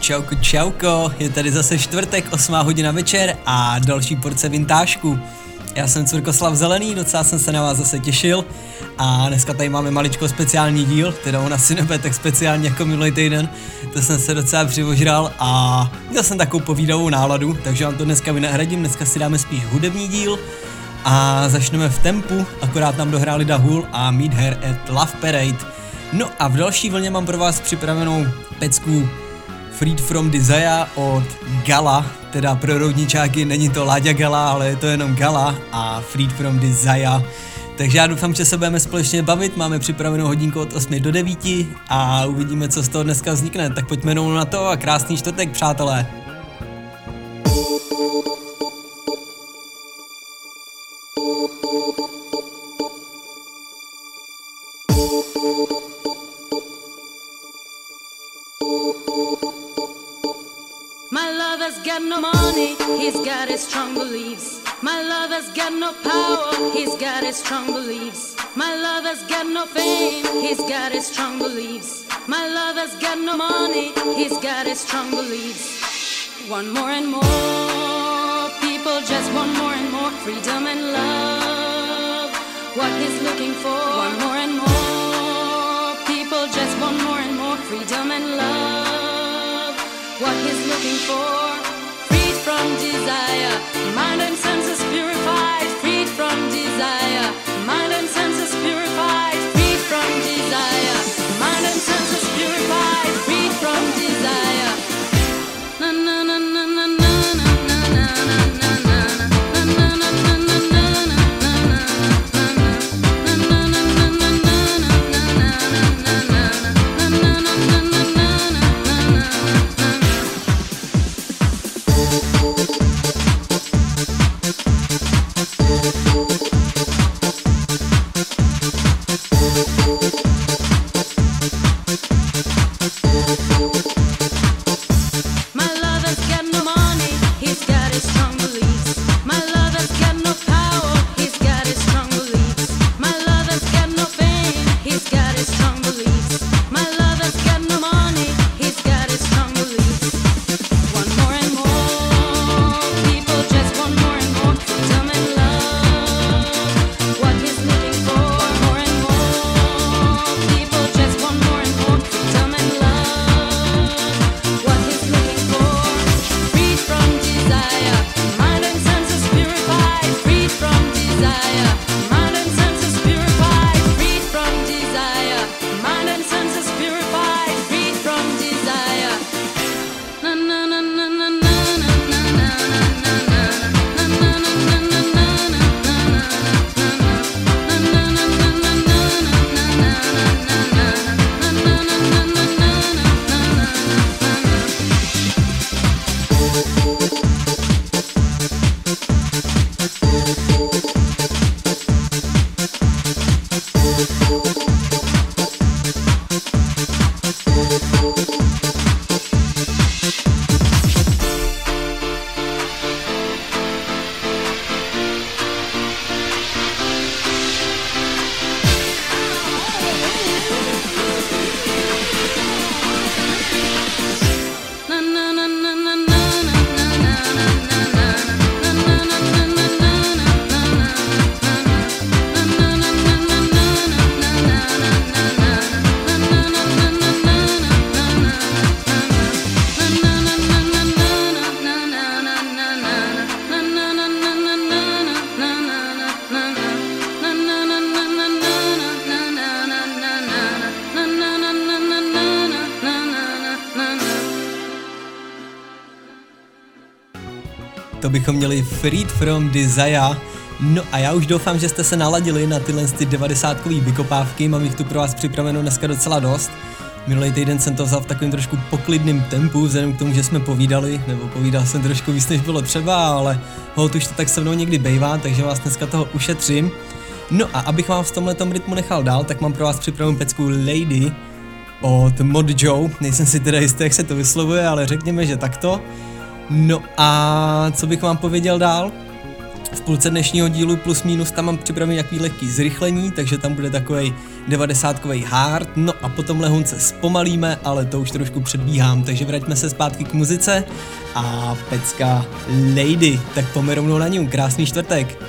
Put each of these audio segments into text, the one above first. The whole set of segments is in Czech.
Čauko, je tady zase čtvrtek, 8 hodina večer a další porce vintážku. Já jsem Cvrkoslav Zelený, docela jsem se na vás zase těšil a dneska tady máme maličko speciální díl, teda on asi nebude tak speciální jako minulý týden, to jsem se docela přivožral a měl jsem takovou povídavou náladu, takže vám to dneska vynahradím, dneska si dáme spíš hudební díl a začneme v tempu, akorát nám dohráli Da Hul a Meet Her at Love Parade. No a v další vlně mám pro vás připravenou pecku Freed from Desire od Gala, teda pro roudničáky není to Láďa Gala, ale je to jenom Gala a Freed from Desire. Takže já doufám, že se budeme společně bavit, máme připravenou hodinku od 8 do 9 a uvidíme, co z toho dneska vznikne. Tak pojďme rovnou na to a krásný čtvrtek, přátelé. Got no money, he's got his strong beliefs. My lover's got no power, he's got his strong beliefs. My lover's got no fame, he's got his strong beliefs. My lover's got no money, he's got his strong beliefs. Want more and more, people just want more and more freedom and love. What he's looking for, want more and more, people just want more and more freedom and love. What he's looking for. From desire, mind and senses purified, freed from desire, mind and senses purified, freed from desire, mind and senses purified, freed from desire. Na na na na na na na na na na na To bychom měli Freed from Desire. No a já už doufám, že jste se naladili na tyhle 90kový vykopávky, mám jich tu pro vás připraveno dneska docela dost. Minulý týden jsem to vzal v takovém trošku poklidném tempu, vzhledem k tomu, že jsme povídali, nebo povídal jsem trošku víc, než bylo třeba, ale holt už to tak se mnou někdy bejvá, takže vás dneska toho ušetřím. No a abych vám v tomhletom rytmu nechal dál, tak mám pro vás připravenou pecku Lady od Mod Joe, nejsem si teda jistý, jak se to vyslovuje, ale řekněme, že takto. No a co bych vám pověděl dál? V půlce dnešního dílu plus minus tam mám připravený nějaký lehký zrychlení, takže tam bude takovej 90kovej hard, no a potom lehonce zpomalíme, ale to už trošku předbíhám, takže vraťme se zpátky k muzice a pecka Lady, tak pojďme rovnou na ní, krásný čtvrtek.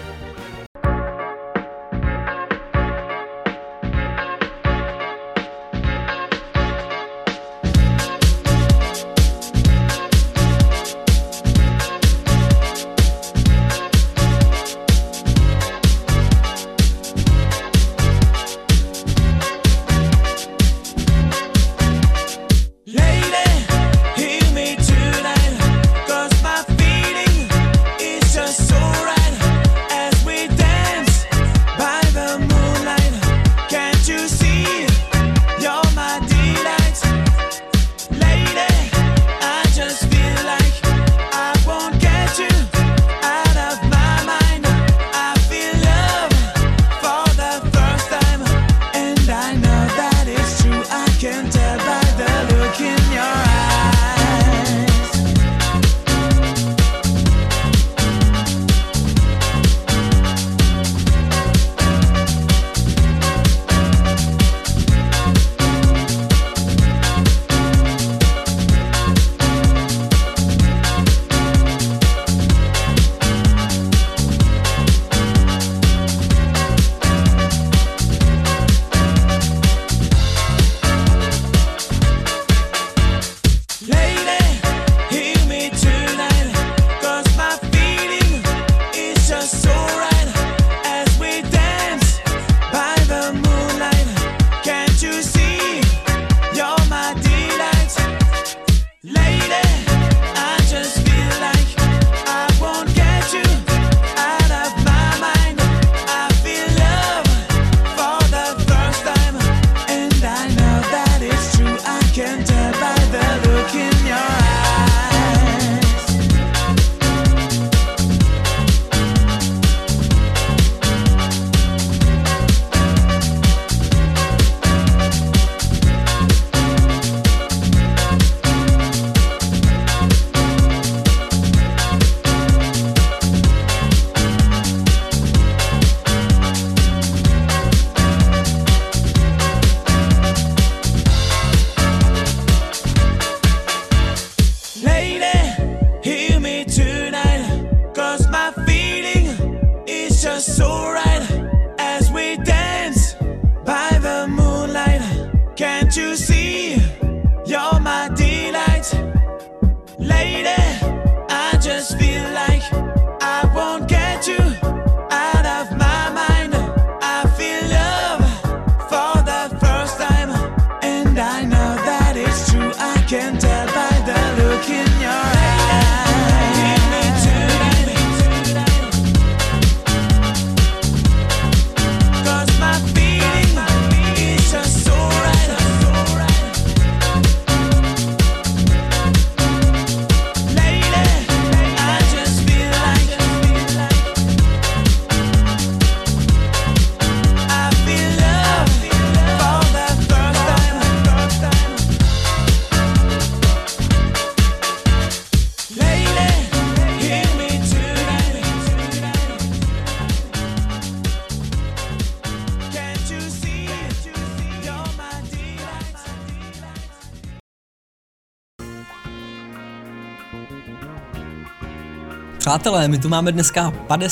Přátelé, my tu máme dneska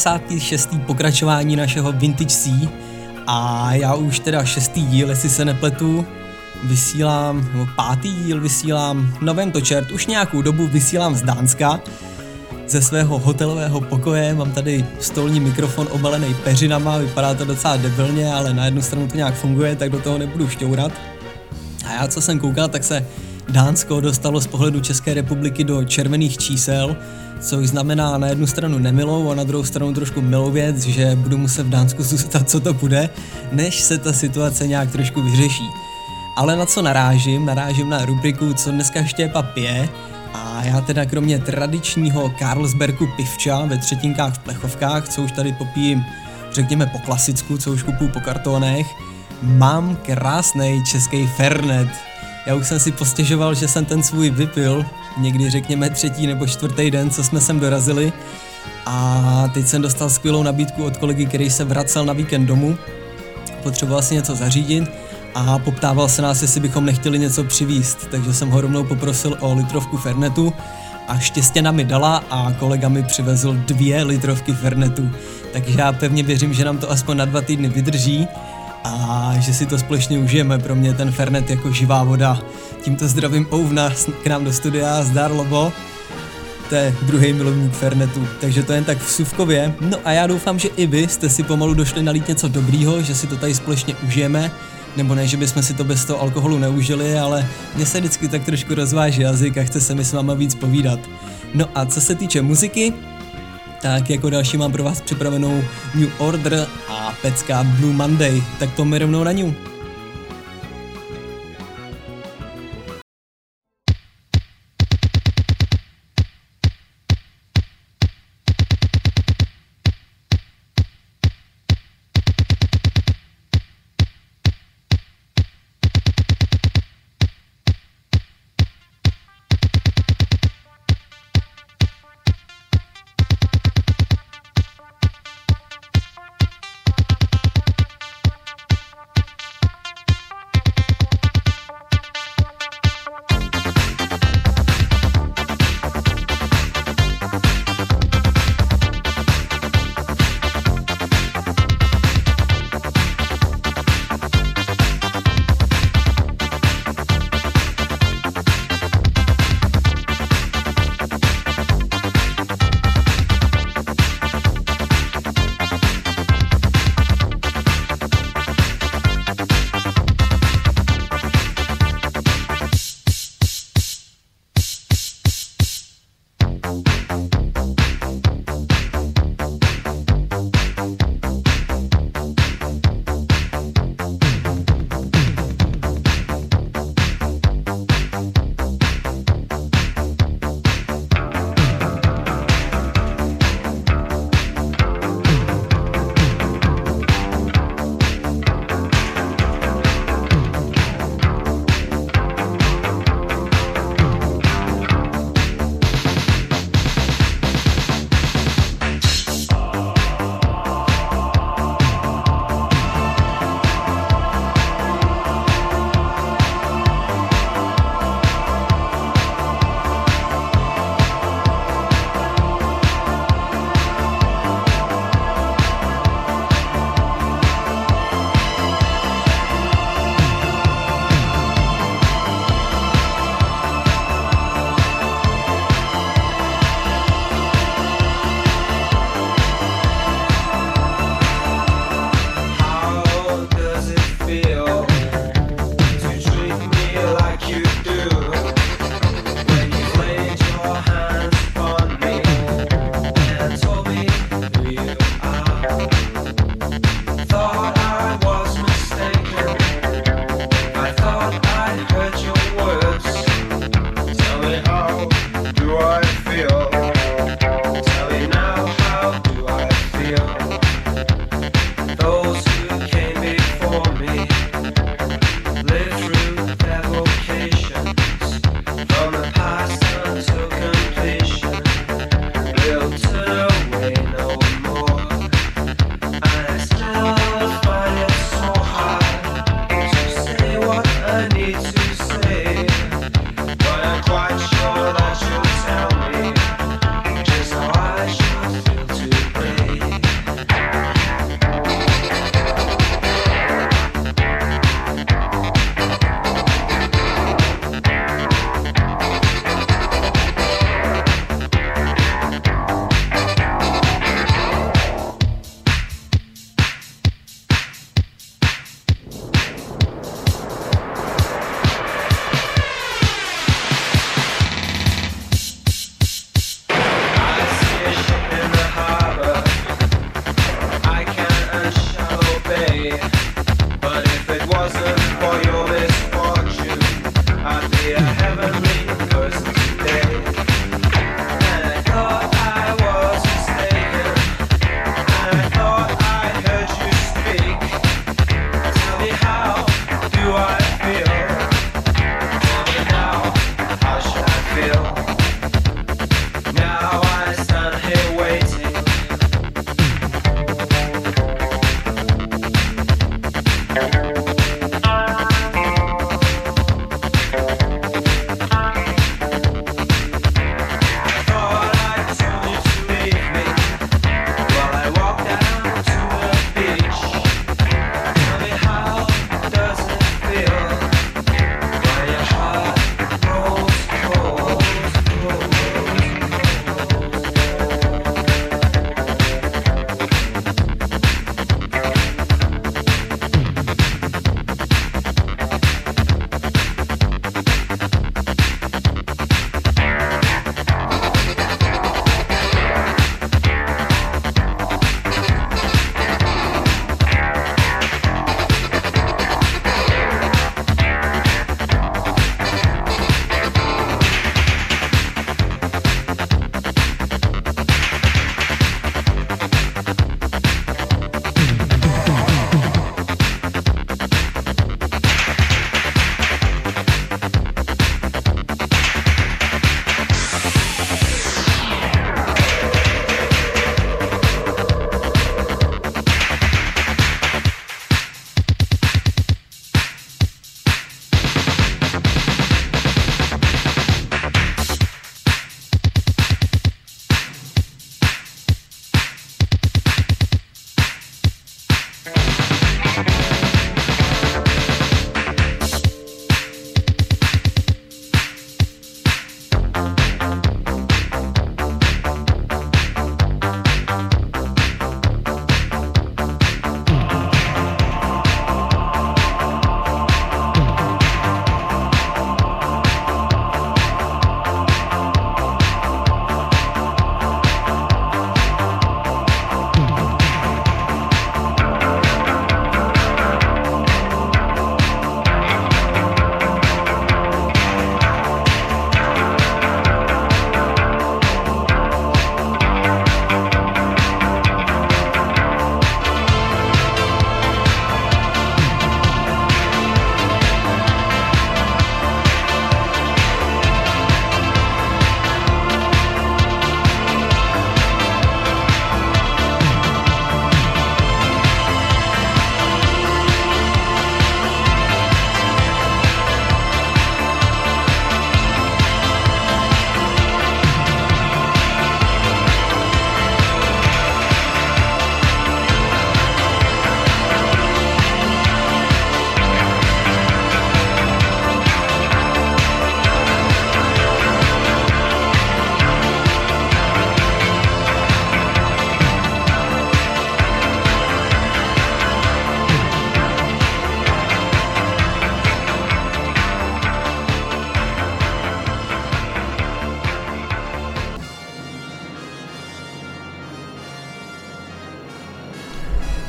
56. pokračování našeho Vintage C a já už teda 6. díl, jestli se nepletu, vysílám, nebo 5. díl vysílám, no vem to čert, už nějakou dobu vysílám z Dánska, ze svého hotelového pokoje, mám tady stolní mikrofon obalený peřinama, vypadá to docela debilně, ale na jednu stranu to nějak funguje, tak do toho nebudu šťourat. A já co jsem koukal, tak se Dánsko dostalo z pohledu České republiky do červených čísel, což znamená na jednu stranu nemilou a na druhou stranu trošku milou věc, že budu muset v Dánsku zůstat, co to bude, než se ta situace nějak trošku vyřeší. Ale na co narážím? Narážím na rubriku Co dneska Štěpa pije a já teda kromě tradičního Carlsbergu pivča ve třetinkách v plechovkách, co už tady popijím, řekněme po klasicku, co už kupuju po kartonech, mám krásnej český Fernet. Já už jsem si postěžoval, že jsem ten svůj vypil, někdy řekněme 3. nebo 4. den, co jsme sem dorazili, A teď jsem dostal skvělou nabídku od kolegy, který se vracel na víkend domů, potřeboval si něco zařídit a poptával se nás, jestli bychom nechtěli něco přivízt, takže jsem ho rovnou poprosil o litrovku Fernetu a štěstěna mi dala a kolega mi přivezl 2 litrovky Fernetu, takže já pevně věřím, že nám to aspoň na 2 týdny vydrží a že si to společně užijeme. Pro mě ten Fernet jako živá voda. Tímto zdravím Ouvna k nám do studia, zdar Lobo, to je druhý milovník Fernetu, takže to jen tak v vsuvkově. No a já doufám, že i vy jste si pomalu došli nalít něco dobrýho, že si to tady společně užijeme, nebo ne, že bychom si to bez toho alkoholu neužili, ale mně se vždycky tak trošku rozváží jazyk a chce se mi s váma víc povídat. No a co se týče muziky, tak jako další mám pro vás připravenou New Order a pecka Blue Monday, tak to mi rovnou na ňu.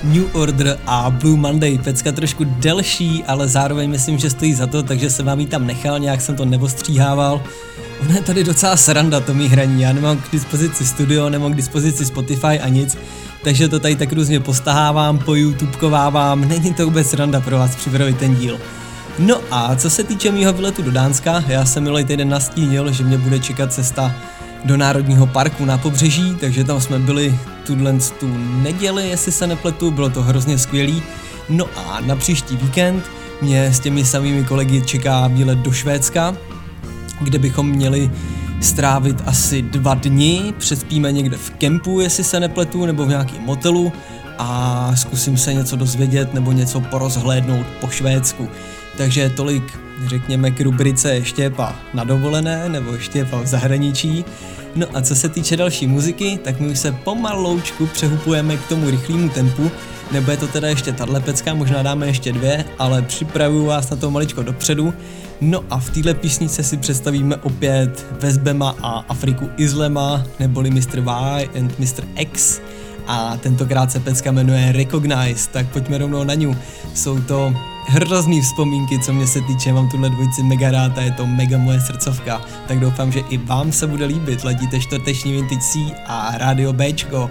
New Order a Blue Monday. Pecka trošku delší, ale zároveň myslím, že stojí za to, takže jsem vám ji tam nechal, nějak jsem to nevostříhával. Ono je tady docela sranda to mý hraní, já nemám k dispozici studio, nemám k dispozici Spotify a nic, takže to tady tak různě postahávám, po YouTubekovávám, není to vůbec sranda pro vás připravit ten díl. No a co se týče mýho výletu do Dánska, já jsem minulý týden nastínil, že mě bude čekat cesta do Národního parku na Pobřeží, takže tam jsme byli tu neděli, jestli se nepletu, bylo to hrozně skvělý. No a na příští víkend mě s těmi samými kolegy čeká výlet do Švédska, kde bychom měli strávit asi 2 dny, přespíme někde v kempu, jestli se nepletu, nebo v nějakém motelu a zkusím se něco dozvědět nebo něco porozhlédnout po Švédsku. Takže tolik, řekněme, k rubrice Štěpa na dovolené nebo Štěpa v zahraničí. No a co se týče další muziky, tak my už se pomaloučku přehupujeme k tomu rychlému tempu, nebo je to teda ještě tahle pecka, možná dáme ještě 2, ale připravuju vás na to maličko dopředu. No a v téhle písničce si představíme opět Westbama a Afriku Islama, neboli Mr. Y and Mr. X. A tentokrát se pecka jmenuje Recognize, tak pojďme rovnou na ňu. Jsou to hrozný vzpomínky, co mě se týče, mám tuhle dvojici mega rád a je to mega moje srdcovka. Tak doufám, že i vám se bude líbit, ladíte čtvrteční Vintage C a Rádio Bčko.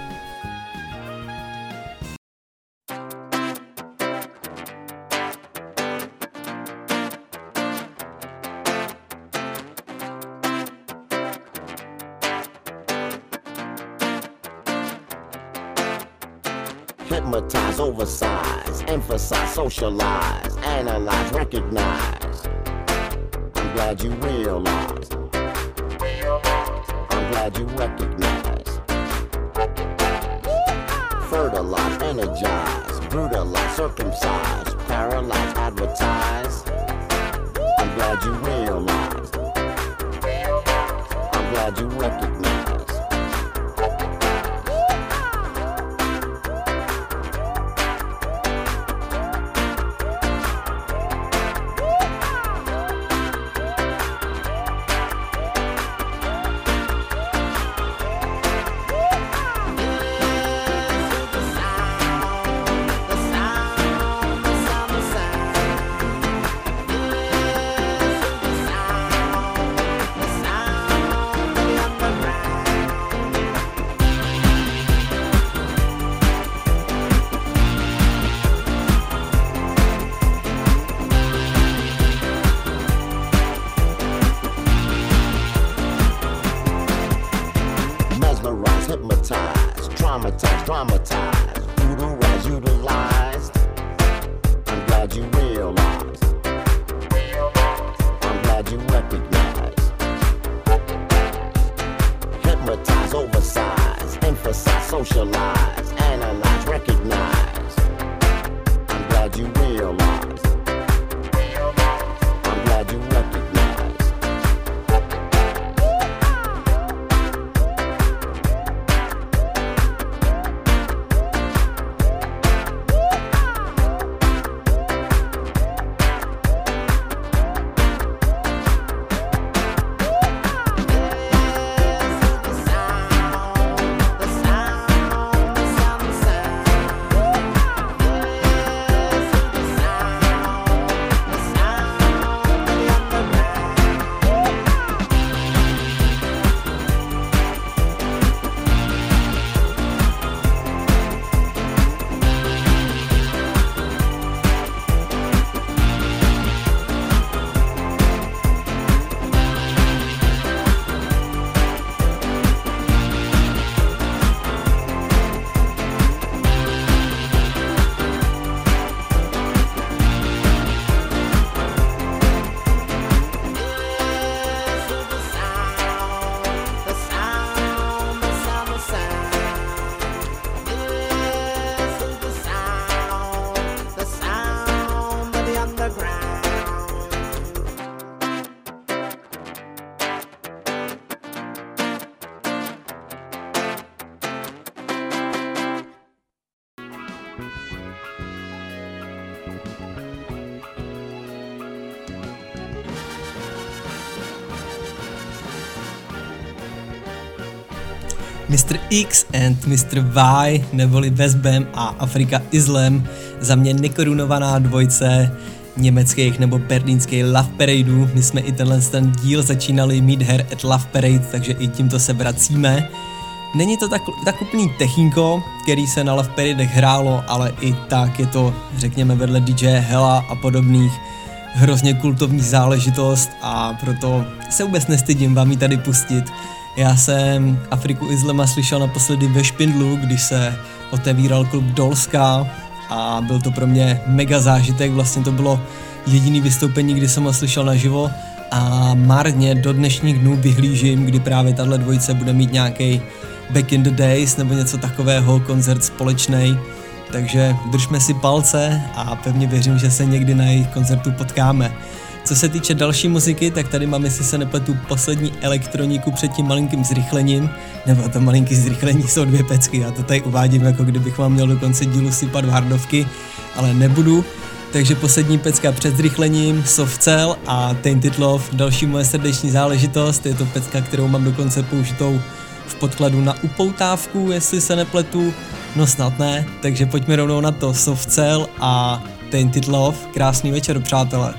Hypnotize, oversize, emphasize, socialize, analyze, recognize. I'm glad you realize. I'm glad you recognize. Fertilize, energize, brutalize, circumcise, paralyze, advertise. I'm glad you realize. I'm glad you recognize. Hypnotize, traumatize, dramatize, utilize, utilized. I'm glad you realized. I'm glad you recognize. Hypnotize, oversize, emphasize, socialize, analyze, recognize. I'm glad you realized. I'm glad you recognize. Mr. X and Mr. Y, neboli Westbam a Afrika Islam, za mě nekorunovaná dvojce německých nebo berlínských Love Paradeů. My jsme i ten díl začínali Meet Her at Love Parade, takže i tímto se vracíme. Není to tak úplný techinko, který se na Love Paradech hrálo, ale i tak je to, řekněme, vedle DJ Hella a podobných hrozně kultovní záležitost a proto se vůbec nestydím vám ji tady pustit. Já jsem Afriku Islama slyšel naposledy ve Špindlu, když se otevíral klub Dolska a byl to pro mě mega zážitek, vlastně to bylo jediný vystoupení, kdy jsem ho slyšel naživo a marně do dnešních dnů vyhlížím, kdy právě tahle dvojice bude mít nějaký Back in the Days nebo něco takového, koncert společnej, takže držme si palce a pevně věřím, že se někdy na jejich koncertu potkáme. Co se týče další muziky, tak tady mám, jestli se nepletu, poslední elektroniku před tím malinkým zrychlením, nebo to malinký zrychlení jsou 2 pecky, já to tady uvádím, jako kdybych vám měl do konce dílu sypat v hardovky, ale nebudu. Takže poslední pecka před zrychlením, Soft Cell a Tainted Love, další moje srdeční záležitost, je to pecka, kterou mám dokonce použitou v podkladu na upoutávku, jestli se nepletu, no snad ne, takže pojďme rovnou na to, Soft Cell a Tainted Love, krásný večer, přátelé.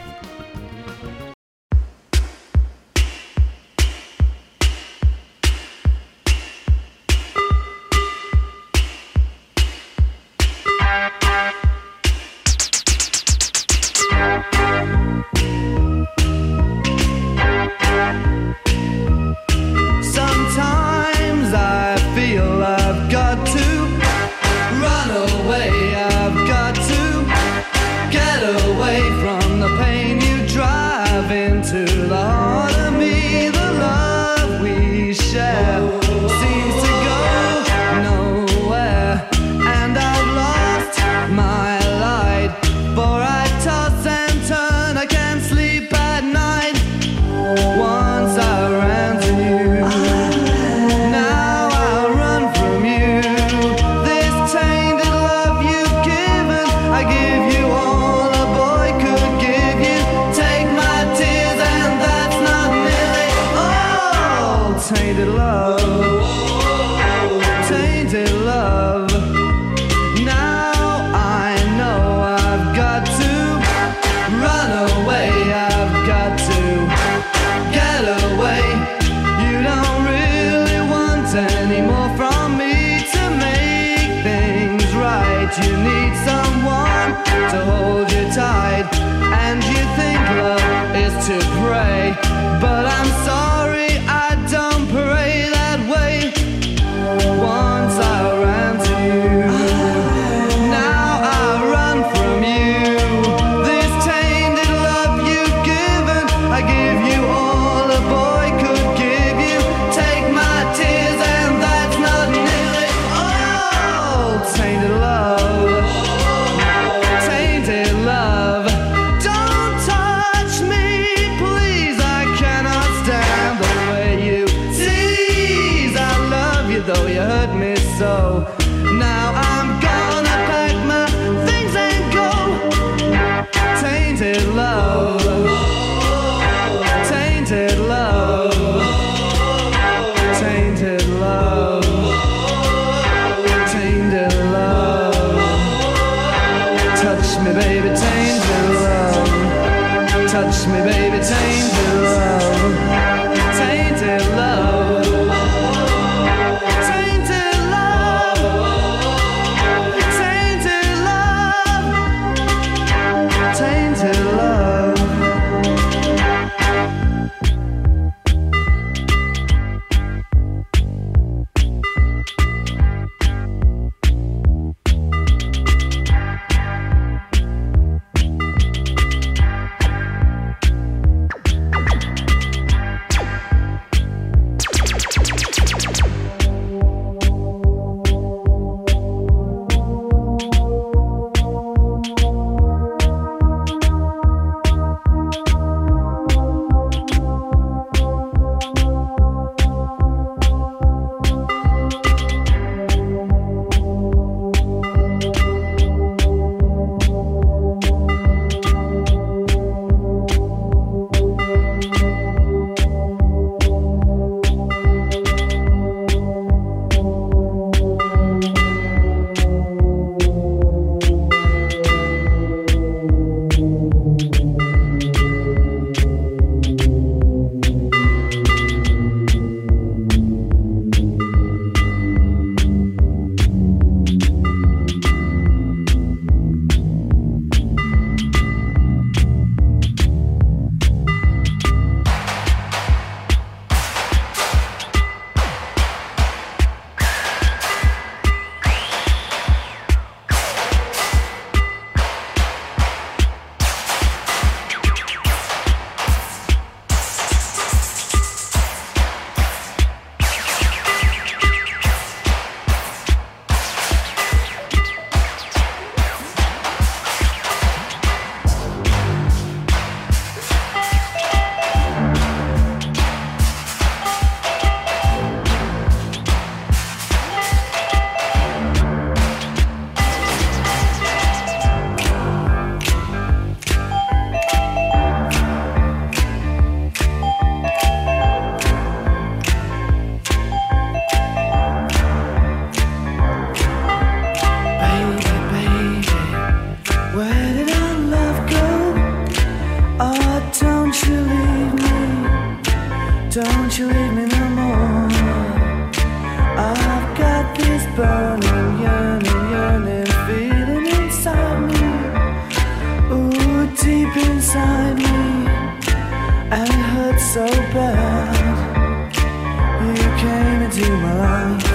don't you leave me no more. I've got this burning, yearning feeling inside me. Ooh, deep inside me, and it hurts so bad. You came into my life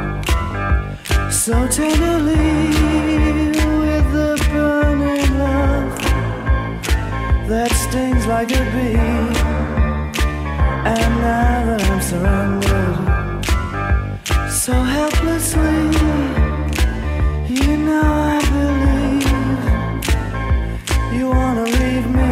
so tenderly, with the burning love that stings like a bee. And now that I'm surrendered so helplessly, you know I believe you wanna leave me.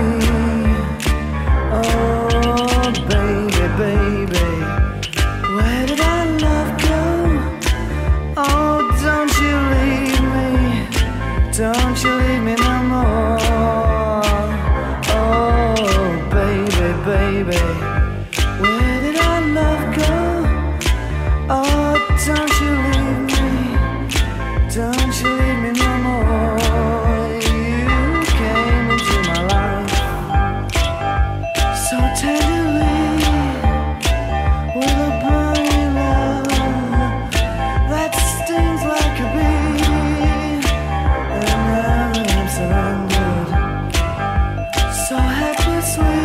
Oh baby, baby, where did our love go? Oh, don't you leave me, don't you leave me no more. Oh baby, baby, where did our love go? Oh, don't you leave me, don't you leave me no more. You came into my life so tenderly, with a burning love that stings like a bee. And now that I'm surrendered so helplessly,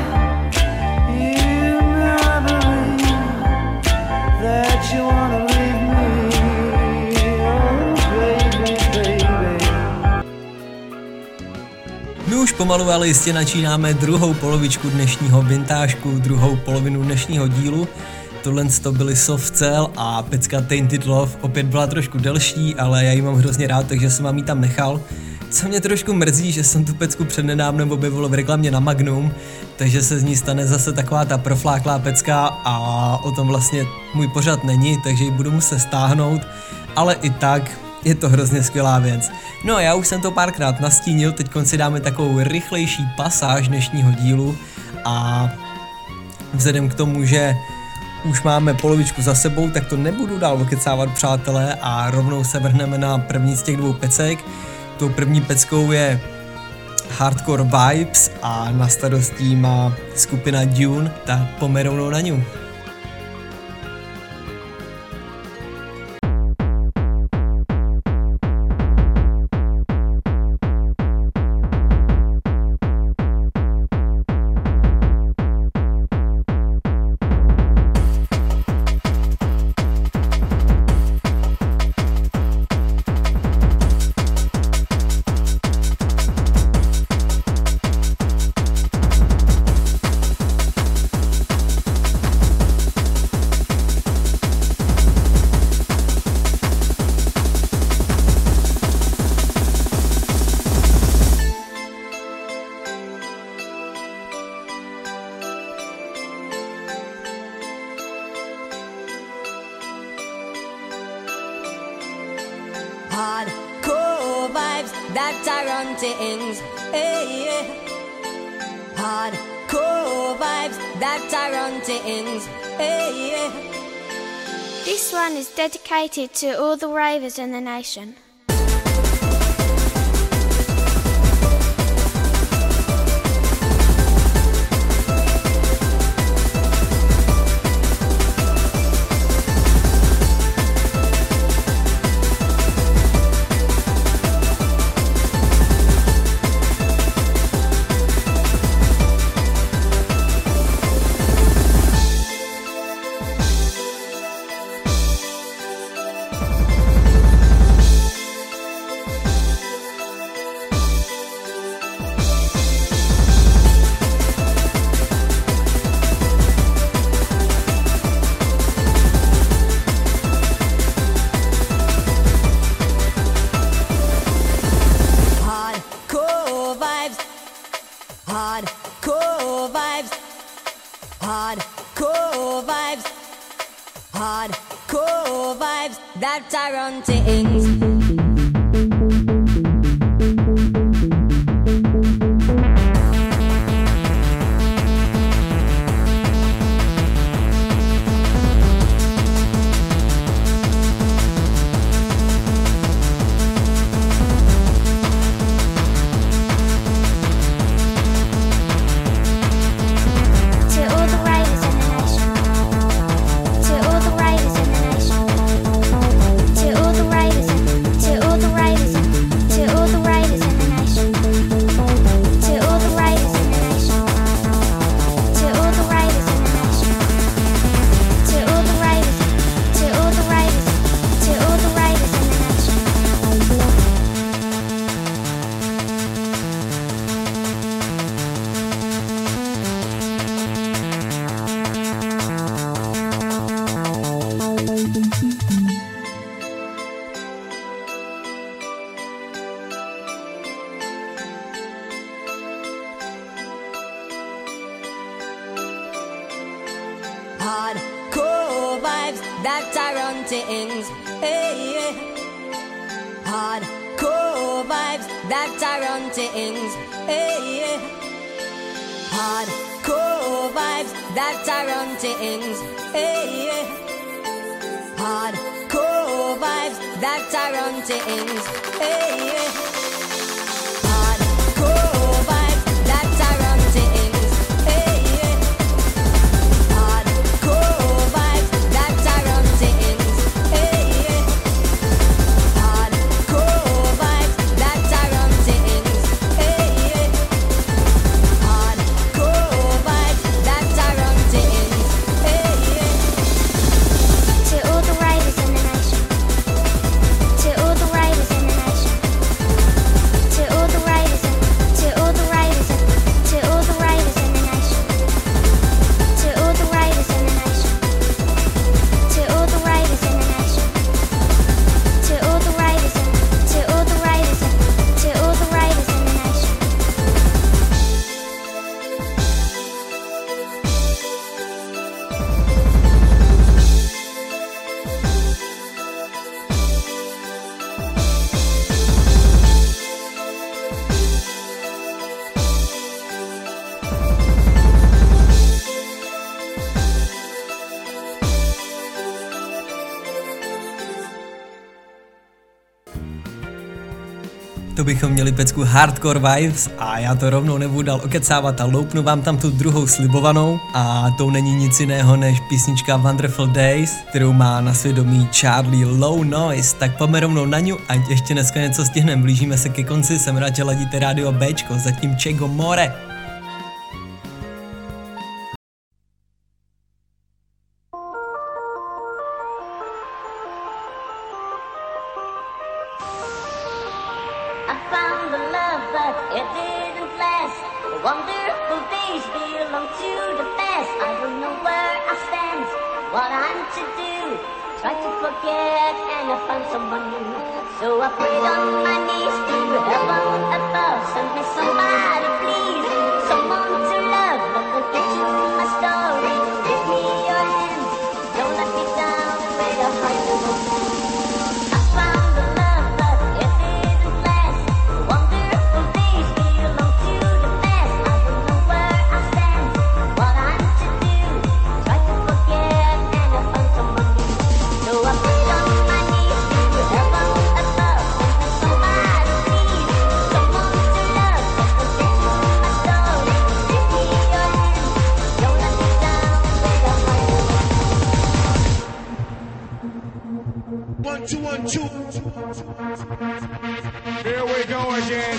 you know I believe that you wanna leave me. Oh baby, baby. My už pomalu ale jistě načínáme druhou polovičku dnešního vintážku, druhou polovinu dnešního dílu. Tohle to byly Soft Cell a pecka Tainted Love opět byla trošku delší, ale já ji mám hrozně rád, takže jsem vám ji tam nechal. Co mě trošku mrzí, že jsem tu pecku přednedávnem objevil v reklamě na Magnum, takže se z ní stane zase taková ta profláklá pecka a o tom vlastně můj pořad není, takže ji budu muset stáhnout, ale i tak je to hrozně skvělá věc. No já už jsem to párkrát nastínil, teď si dáme takovou rychlejší pasáž dnešního dílu a vzhledem k tomu, že už máme polovičku za sebou, tak to nebudu dál okecávat, přátelé, a rovnou se vrhneme na první z těch dvou pecek. Tou první peckou je Hardcore Vibes a na starostí má skupina Dune, tak pojďme rovnou na ňu. Hardcore vibes that are on things, hey, yeah. Hardcore vibes that are on things, hey, yeah. This one is dedicated to all the ravers in the nation. Hardcore vibes, hardcore vibes, hardcore vibes that are on things. To all the ravers in the nation. Hardcore vibes that are on things. Hey, yeah. Hardcore vibes that are on things. Hey, yeah. Hardcore vibes that are on things. Hey, yeah. Hardcore vibes that are on things. Hey, yeah. Hardcore vibes that are on things. Hey, yeah. Hardcore vibes that are on things. Hey, yeah. Hardcore vibes that are on things. Hey, yeah. Hardcore vibes that are on things. Hey, yeah. To all the ravers in the nation. To all the ravers in the nation. To all the ravers in, to all the ravers in, to all the ravers in the nation. To all the ravers in the nation. To all the ravers in the nation. To all the ravers in, to all the ravers in, to all the ravers in the nation. To bychom měli pecku Hardcore Vibes a já to rovnou nebudu dál okecávat a loupnu vám tam tu druhou slibovanou a tou není nic jiného než písnička Wonderful Days, kterou má na svědomí Charlie Low Noise, tak pojďme rovnou na ňu, ať ještě dneska něco stihneme, blížíme se ke konci, jsem rád, že ladíte rádio Bčko, zatím Čego More. I found the love, but it didn't last. Wonderful days belong to the past. I don't know where I stand, what I'm to do. Try to forget and I found someone new. So I prayed on my knees to heaven above. Send me somebody, please, someone to love. Let me get you my story. Give me your hand, don't let me down with a heart of gold. I found the love, but it didn't last. Wonderful days belong to the past. I don't know where I stand, what I'm to do. Try to forget and I found someone new. So I prayed on my knees to heaven above. Send me somebody, please, someone to love. Let me get you my story. Give me your hand, don't let me down with a heart of gold. 1, 2, 1, 2. Here we go again.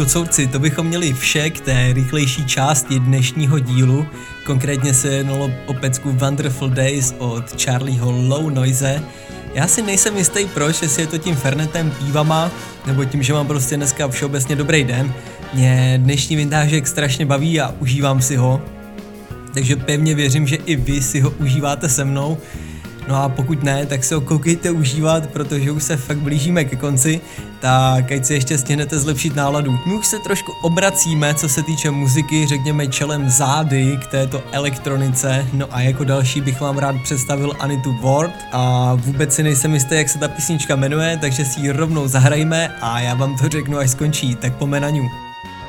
Kocourci, to bychom měli vše k té rychlejší části dnešního dílu. Konkrétně se jednalo o pecku Wonderful Days od Charlieho Low Noise. Já si nejsem jistý proč, jestli je to tím fernetem, pívama, nebo tím, že mám prostě dneska všeobecně dobrý den. Mě dnešní vintážek strašně baví a užívám si ho. Takže pevně věřím, že i vy si ho užíváte se mnou. No a pokud ne, tak se ho koukejte užívat, protože už se fakt blížíme ke konci, tak ať si ještě stihnete zlepšit náladu. My už se trošku obracíme, co se týče muziky, řekněme čelem zády k této elektronice. No a jako další bych vám rád představil Anitu Ward a vůbec si nejsem jistý, jak se ta písnička jmenuje, takže si ji rovnou zahrajme a já vám to řeknu, až skončí, tak pojďme na ňu.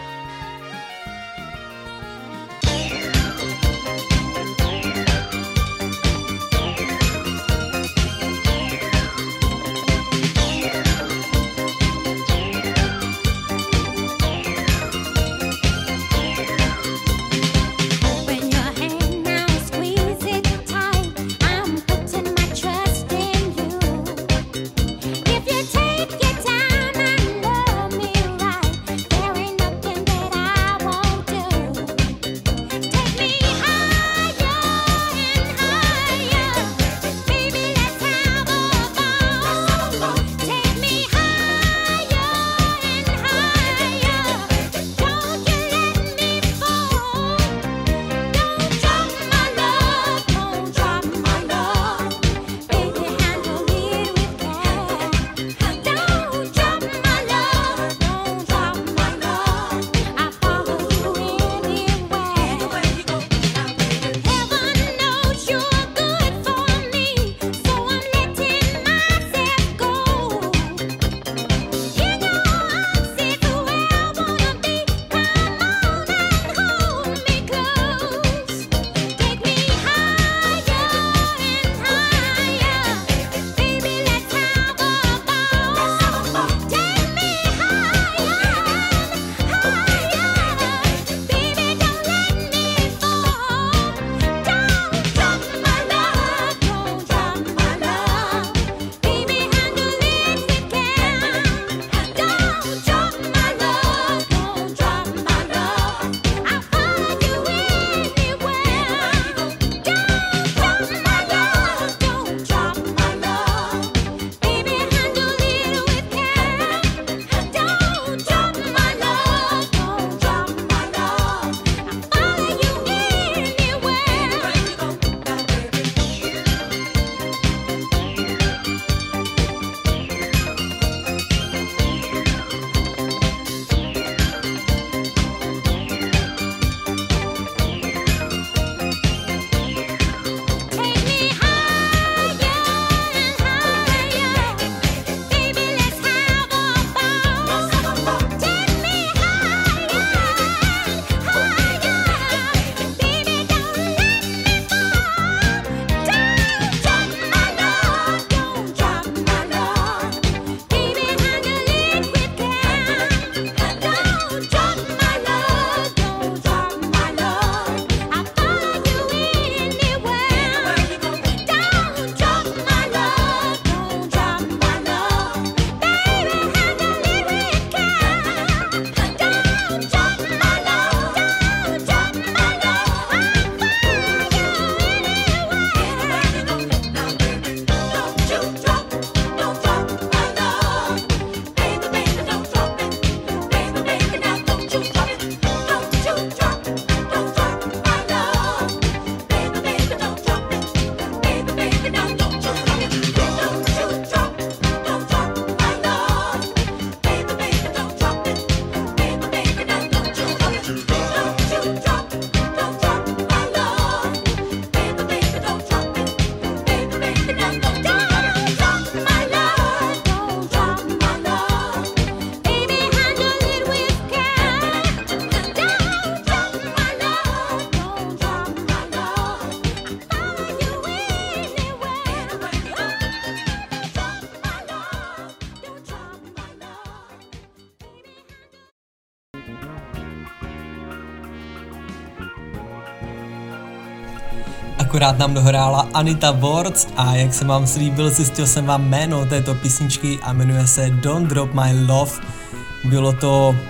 Akorát nám dohrála Anita Ward a jak jsem vám slíbil, zjistil jsem vám jméno této písničky a jmenuje se Don't Drop My Love. Bylo to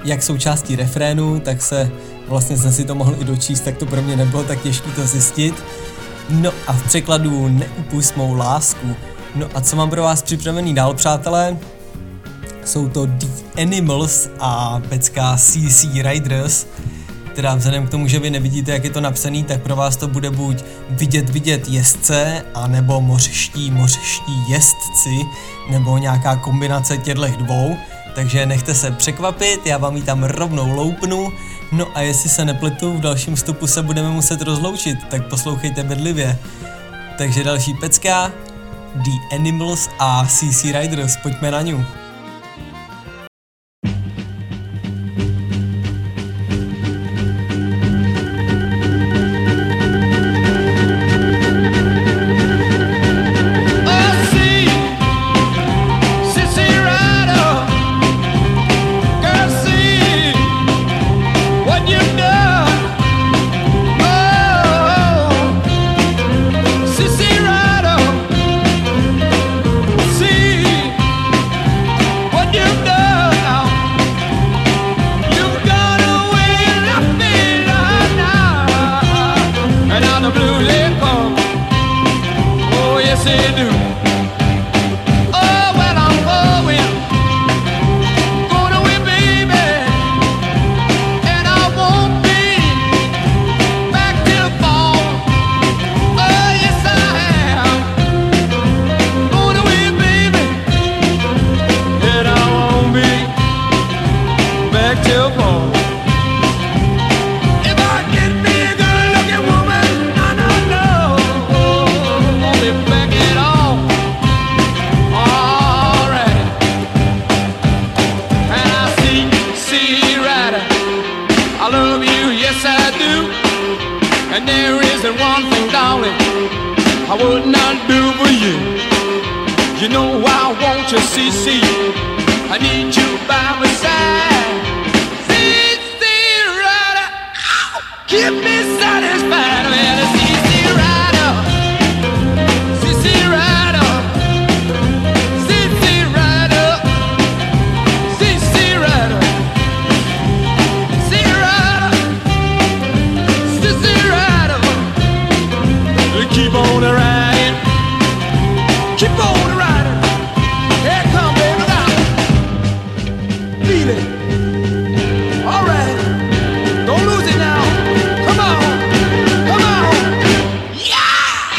jak součástí refrénu, tak se vlastně jsem si to mohl i dočíst, tak to pro mě nebylo tak těžké to zjistit. No a v překladu Neupust mou lásku. No a co mám pro vás připravený dál, přátelé? Jsou to The Animals a pecka CC Riders. Teda vzhledem k tomu, že vy nevidíte, jak je to napsaný, tak pro vás to bude buď vidět jezdce, anebo mořští jezdci, nebo nějaká kombinace těchto dvou. Takže nechte se překvapit, já vám ji tam rovnou loupnu. No a jestli se nepletu, v dalším vstupu se budeme muset rozloučit, tak poslouchejte bedlivě. Takže další pecka, The Animals a CC Riders, pojďme na ňu. I would not do for you. You know I want you, CC. I need you by my side. CC Rider, keep me satisfied. Well, CC Rider, CC Rider, CC Rider, CC Rider, CC Rider, CC Rider. Keep on riding, keep on riding. Here come baby now, feel it. All right, don't lose it now. Come on, come on, yeah.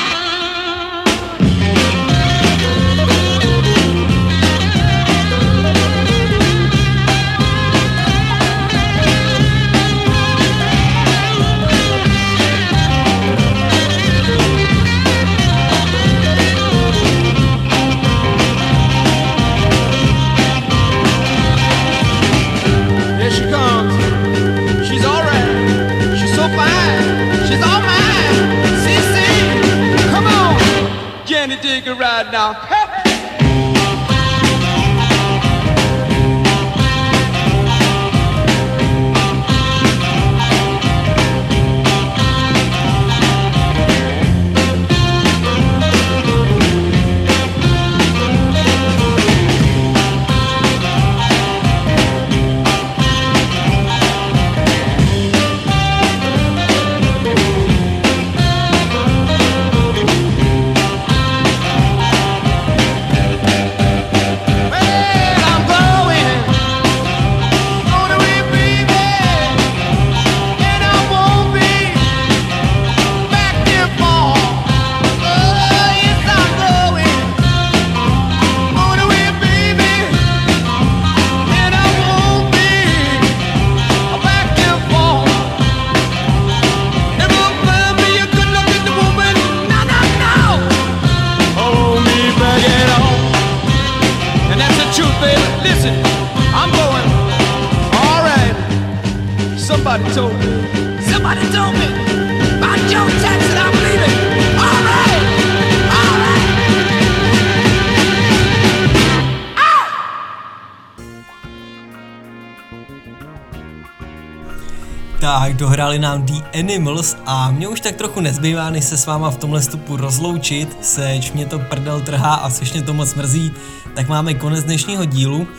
Here she comes. She's all right. She's so fine. She's all mine. CC, come on. Jenny, dig a ride now. Somebody told me about Joe Jackson, I believe it. All right, all right. Ow! Tak, dohráli nám The Animals a mě už tak trochu nezbývá, než se s váma v tomhle stupu rozloučit, seč mě to prdel trhá a sešně to moc mrzí, tak máme konec dnešního dílu.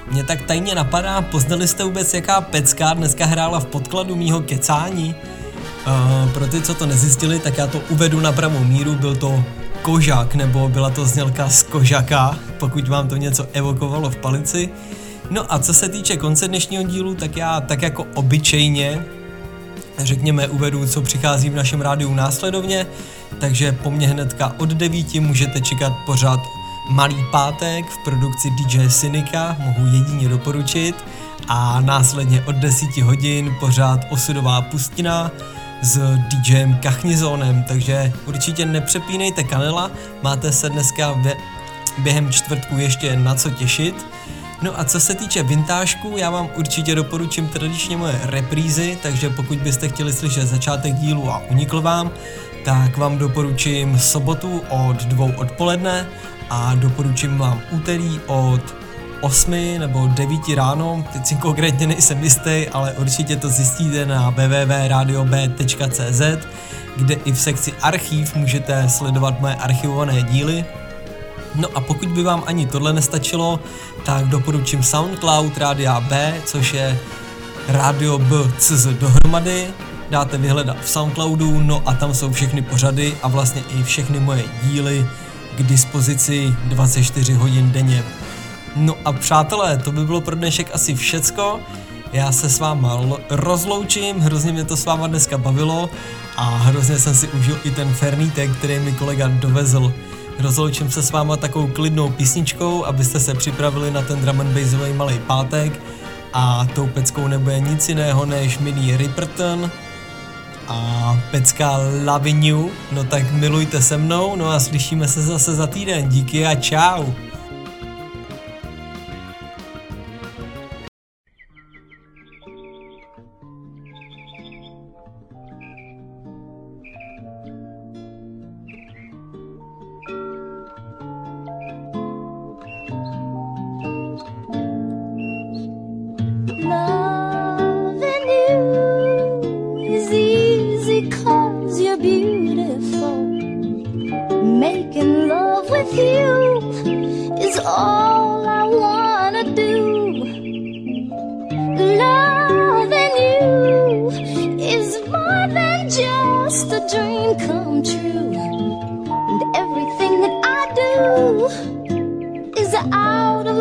Mě tak tajně napadá, poznali jste vůbec, jaká pecka dneska hrála v podkladu mýho kecání? Pro ty, co to nezjistili, tak já to uvedu na pravou míru, byl to Kožak, nebo byla to znělka z Kožaka, pokud vám to něco evokovalo v palici. No a co se týče konce dnešního dílu, tak já tak jako obyčejně, řekněme, uvedu, co přichází v našem rádiu následovně, takže po mně hnedka od 9 můžete čekat pořád Malý pátek v produkci DJ Cynika, mohu jedině doporučit, a následně od 10 hodin pořád Osudová pustina s DJem Kachnizónem, takže určitě nepřepínejte kanela, máte se dneska během čtvrtku ještě na co těšit. No a co se týče vintážku, já vám určitě doporučím tradičně moje reprízy, takže pokud byste chtěli slyšet začátek dílu a unikl vám, tak vám doporučím sobotu od 2 odpoledne a doporučím vám úterý od 8 nebo 9 ráno, teď si konkrétně nejsem jistý, ale určitě to zjistíte na www.radiob.cz, kde i v sekci archiv můžete sledovat moje archivované díly. No a pokud by vám ani tohle nestačilo, tak doporučím SoundCloud Rádia B, což je Radio B.cz dohromady, dáte vyhledat v SoundCloudu, no a tam jsou všechny pořady a vlastně i všechny moje díly k dispozici 24 hodin denně. No a přátelé, to by bylo pro dnešek asi všecko, já se s váma rozloučím, hrozně mě to s váma dneska bavilo a hrozně jsem si užil i ten fernítek, který mi kolega dovezl. Rozloučím se s váma takovou klidnou písničkou, abyste se připravili na ten drum and bassový Malý pátek, a tou peckou nebude nic jiného než Minnie Riperton a pecka Loving You. No tak milujte se mnou, no a slyšíme se zase za týden, díky a čau. Loving you is easy 'cause you're beautiful. Making love with you is all I wanna do. Loving you is more than just a dream come true. And everything that I do is out of